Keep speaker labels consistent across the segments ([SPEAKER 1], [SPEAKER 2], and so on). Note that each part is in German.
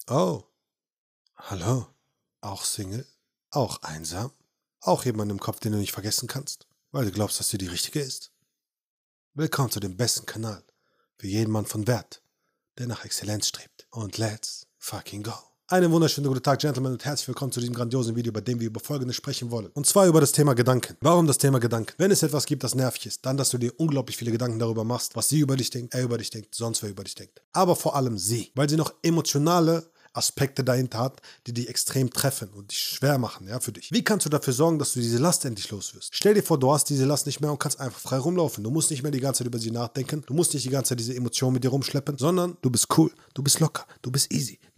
[SPEAKER 1] Oh, hallo. Auch Single? Auch einsam? Auch jemand im Kopf, den du nicht vergessen kannst, weil du glaubst, dass sie die richtige ist? Willkommen zu dem besten Kanal für jeden Mann von Wert, der nach Exzellenz strebt. Und let's fucking go. Einen wunderschönen guten Tag, Gentlemen, und herzlich willkommen zu diesem grandiosen Video, bei dem wir über Folgendes sprechen wollen. Und zwar über das Thema Gedanken. Warum das Thema Gedanken? Wenn es etwas gibt, das nervig ist, dann, dass du dir unglaublich viele Gedanken darüber machst, was sie über dich denkt, er über dich denkt, sonst wer über dich denkt. Aber vor allem sie, weil sie noch emotionale Aspekte dahinter hat, die dich extrem treffen und dich schwer machen, ja, für dich. Wie kannst du dafür sorgen, dass du diese Last endlich los wirst? Stell dir vor, du hast diese Last nicht mehr und kannst einfach frei rumlaufen. Du musst nicht mehr die ganze Zeit über sie nachdenken. Du musst nicht die ganze Zeit diese Emotionen mit dir rumschleppen, sondern du bist cool, du bist locker, du bist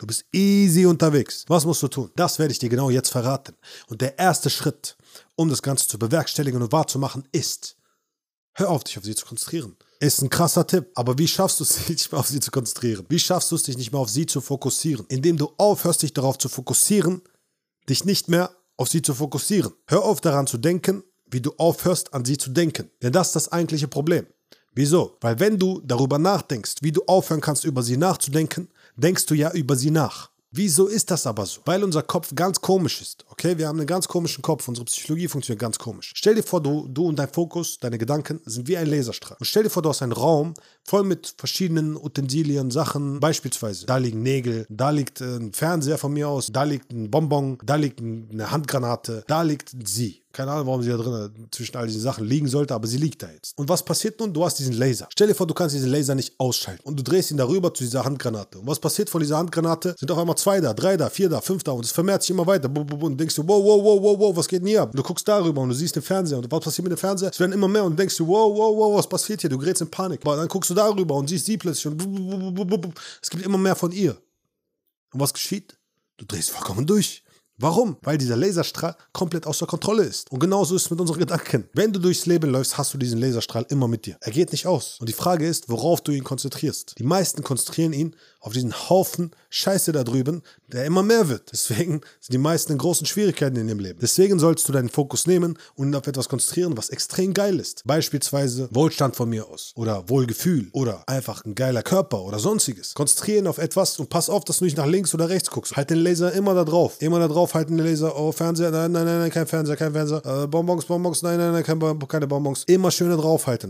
[SPEAKER 1] easy unterwegs. Was musst du tun? Das werde ich dir genau jetzt verraten. Und der erste Schritt, um das Ganze zu bewerkstelligen und wahrzumachen, ist: hör auf, dich auf sie zu konzentrieren. Ist ein krasser Tipp, aber wie schaffst du es, dich nicht mehr auf sie zu konzentrieren? Wie schaffst du es, dich nicht mehr auf sie zu fokussieren? Indem du aufhörst, dich darauf zu fokussieren, dich nicht mehr auf sie zu fokussieren. Hör auf, daran zu denken, wie du aufhörst, an sie zu denken. Denn das ist das eigentliche Problem. Wieso? Weil wenn du darüber nachdenkst, wie du aufhören kannst, über sie nachzudenken, denkst du ja über sie nach. Wieso ist das aber so? Weil unser Kopf ganz komisch ist, okay? Wir haben einen ganz komischen Kopf, unsere Psychologie funktioniert ganz komisch. Stell dir vor, du und dein Fokus, deine Gedanken sind wie ein Laserstrahl. Und stell dir vor, du hast einen Raum voll mit verschiedenen Utensilien, Sachen, beispielsweise, da liegen Nägel, da liegt ein Fernseher von mir aus, da liegt ein Bonbon, da liegt eine Handgranate, da liegt sie. Keine Ahnung, warum sie da drin zwischen all diesen Sachen liegen sollte, aber sie liegt da jetzt. Und was passiert nun? Du hast diesen Laser. Stell dir vor, du kannst diesen Laser nicht ausschalten. Und du drehst ihn darüber zu dieser Handgranate. Und was passiert von dieser Handgranate? Sind auf einmal 2 da, 3 da, 4 da, 5 da. Und es vermehrt sich immer weiter. Und denkst du, wow, was geht denn hier ab? Und du guckst darüber und du siehst den Fernseher. Und was passiert mit dem Fernseher? Es werden immer mehr. Und denkst du, wow, was passiert hier? Du gerätst in Panik. Aber dann guckst du darüber und siehst sie plötzlich. Und es gibt immer mehr von ihr. Und was geschieht? Du drehst vollkommen durch. Warum? Weil dieser Laserstrahl komplett außer Kontrolle ist. Und genauso ist es mit unseren Gedanken. Wenn du durchs Leben läufst, hast du diesen Laserstrahl immer mit dir. Er geht nicht aus. Und die Frage ist, worauf du ihn konzentrierst. Die meisten konzentrieren ihn auf diesen Haufen Scheiße da drüben, der immer mehr wird. Deswegen sind die meisten in großen Schwierigkeiten in ihrem Leben. Deswegen sollst du deinen Fokus nehmen und ihn auf etwas konzentrieren, was extrem geil ist. Beispielsweise Wohlstand von mir aus. Oder Wohlgefühl. Oder einfach ein geiler Körper oder sonstiges. Konzentrieren auf etwas und pass auf, dass du nicht nach links oder rechts guckst. Halt den Laser immer da drauf. Immer da drauf halten den Laser. Oh, Fernseher. Nein, kein Fernseher. Bonbons. Nein, keine Bonbons. Immer schöner draufhalten.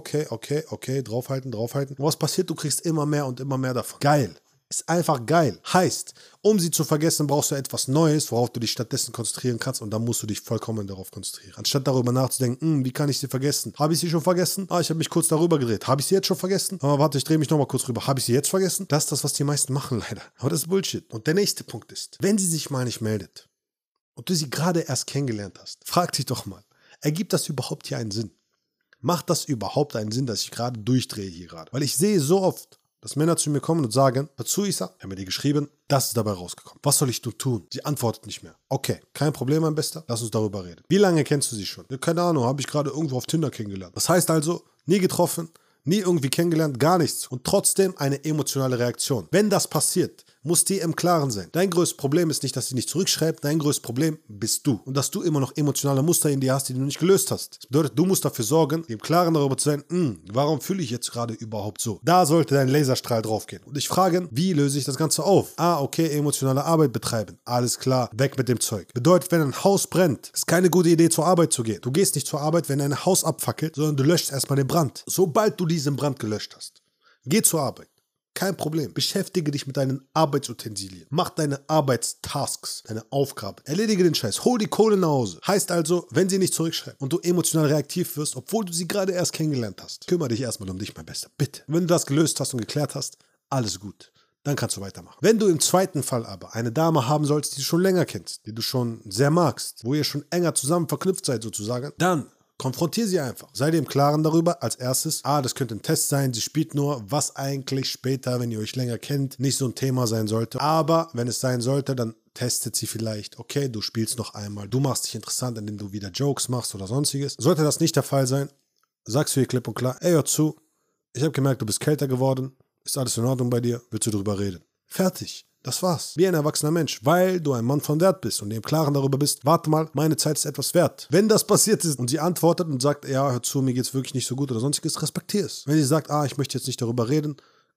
[SPEAKER 1] Okay. Draufhalten. Und was passiert? Du kriegst immer mehr und immer mehr davon. Geil. Ist einfach geil. Heißt, um sie zu vergessen, brauchst du etwas Neues, worauf du dich stattdessen konzentrieren kannst, und dann musst du dich vollkommen darauf konzentrieren. Anstatt darüber nachzudenken, wie kann ich sie vergessen? Habe ich sie schon vergessen? Ich habe mich kurz darüber gedreht. Habe ich sie jetzt schon vergessen? Warte, ich drehe mich nochmal kurz rüber. Habe ich sie jetzt vergessen? Das ist das, was die meisten machen, leider. Aber das ist Bullshit. Und der nächste Punkt ist, wenn sie sich mal nicht meldet und du sie gerade erst kennengelernt hast, frag dich doch mal, ergibt das überhaupt hier einen Sinn? Macht das überhaupt einen Sinn, dass ich gerade durchdrehe hier gerade? Weil ich sehe so oft, dass Männer zu mir kommen und sagen, dazu Isa, haben mir die geschrieben, das ist dabei rausgekommen. Was soll ich nun tun? Sie antwortet nicht mehr. Okay, kein Problem, mein Bester, lass uns darüber reden. Wie lange kennst du sie schon? Ja, keine Ahnung, habe ich gerade irgendwo auf Tinder kennengelernt. Das heißt also, nie getroffen, nie irgendwie kennengelernt, gar nichts. Und trotzdem eine emotionale Reaktion. Wenn das passiert, muss dir im Klaren sein. Dein größtes Problem ist nicht, dass sie nicht zurückschreibt, dein größtes Problem bist du. Und dass du immer noch emotionale Muster in dir hast, die du nicht gelöst hast. Das bedeutet, du musst dafür sorgen, im Klaren darüber zu sein, warum fühle ich jetzt gerade überhaupt so? Da sollte dein Laserstrahl draufgehen. Und dich fragen, wie löse ich das Ganze auf? Okay, emotionale Arbeit betreiben. Alles klar, weg mit dem Zeug. Bedeutet, wenn ein Haus brennt, ist keine gute Idee, zur Arbeit zu gehen. Du gehst nicht zur Arbeit, wenn ein Haus abfackelt, sondern du löschst erstmal den Brand. Sobald du diesen Brand gelöscht hast, geh zur Arbeit. Kein Problem. Beschäftige dich mit deinen Arbeitsutensilien. Mach deine Arbeitstasks, deine Aufgabe. Erledige den Scheiß. Hol die Kohle nach Hause. Heißt also, wenn sie nicht zurückschreibt und du emotional reaktiv wirst, obwohl du sie gerade erst kennengelernt hast, kümmere dich erstmal um dich, mein Bester. Bitte. Wenn du das gelöst hast und geklärt hast, alles gut. Dann kannst du weitermachen. Wenn du im zweiten Fall aber eine Dame haben sollst, die du schon länger kennst, die du schon sehr magst, wo ihr schon enger zusammen verknüpft seid sozusagen, dann konfrontiere sie einfach. Sei dir im Klaren darüber als erstes, das könnte ein Test sein, sie spielt nur, was eigentlich später, wenn ihr euch länger kennt, nicht so ein Thema sein sollte. Aber wenn es sein sollte, dann testet sie vielleicht, okay, du spielst noch einmal, du machst dich interessant, indem du wieder Jokes machst oder sonstiges. Sollte das nicht der Fall sein, sagst du ihr klipp und klar, hör zu, ich habe gemerkt, du bist kälter geworden, ist alles in Ordnung bei dir, willst du drüber reden? Fertig. Das war's. Wie ein erwachsener Mensch, weil du ein Mann von Wert bist und dir im Klaren darüber bist, warte mal, meine Zeit ist etwas wert. Wenn das passiert ist und sie antwortet und sagt, ja, hör zu, mir geht's wirklich nicht so gut oder sonstiges, respektier es. Wenn sie sagt, ich möchte jetzt nicht darüber reden,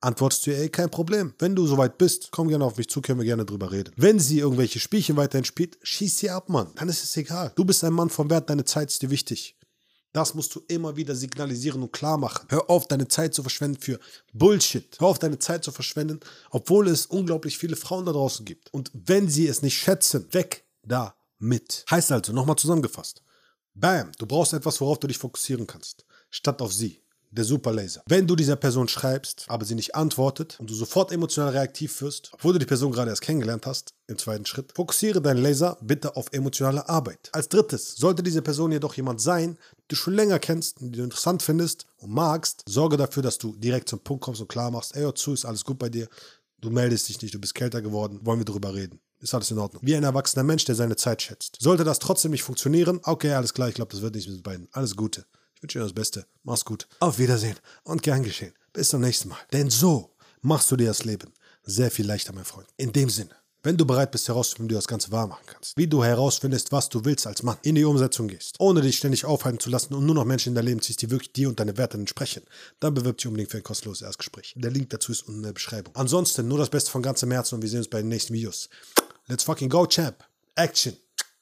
[SPEAKER 1] Antwortest du ihr, ey, kein Problem. Wenn du soweit bist, komm gerne auf mich zu, können wir gerne drüber reden. Wenn sie irgendwelche Spielchen weiterhin spielt, schieß sie ab, Mann. Dann ist es egal. Du bist ein Mann vom Wert, deine Zeit ist dir wichtig. Das musst du immer wieder signalisieren und klar machen. Hör auf, deine Zeit zu verschwenden für Bullshit. Hör auf, deine Zeit zu verschwenden, obwohl es unglaublich viele Frauen da draußen gibt. Und wenn sie es nicht schätzen, weg damit. Heißt also, nochmal zusammengefasst. Bam, du brauchst etwas, worauf du dich fokussieren kannst. Statt auf sie. Der Superlaser. Wenn du dieser Person schreibst, aber sie nicht antwortet und du sofort emotional reaktiv wirst, obwohl du die Person gerade erst kennengelernt hast, im zweiten Schritt, fokussiere deinen Laser bitte auf emotionale Arbeit. Als drittes, sollte diese Person jedoch jemand sein, den du schon länger kennst, den du interessant findest und magst, sorge dafür, dass du direkt zum Punkt kommst und klar machst, ey, hör zu, ist alles gut bei dir, du meldest dich nicht, du bist kälter geworden, wollen wir darüber reden. Ist alles in Ordnung. Wie ein erwachsener Mensch, der seine Zeit schätzt. Sollte das trotzdem nicht funktionieren, okay, alles klar, ich glaube, das wird nicht mit beiden. Alles Gute. Ich wünsche dir das Beste. Mach's gut. Auf Wiedersehen und gern geschehen. Bis zum nächsten Mal. Denn so machst du dir das Leben sehr viel leichter, mein Freund. In dem Sinne, wenn du bereit bist herauszufinden, wie du das Ganze wahr machen kannst, wie du herausfindest, was du willst als Mann, in die Umsetzung gehst, ohne dich ständig aufhalten zu lassen und nur noch Menschen in dein Leben ziehst, die wirklich dir und deine Werte entsprechen, dann bewirb dich unbedingt für ein kostenloses Erstgespräch. Der Link dazu ist unten in der Beschreibung. Ansonsten nur das Beste von ganzem Herzen und wir sehen uns bei den nächsten Videos. Let's fucking go, Champ. Action.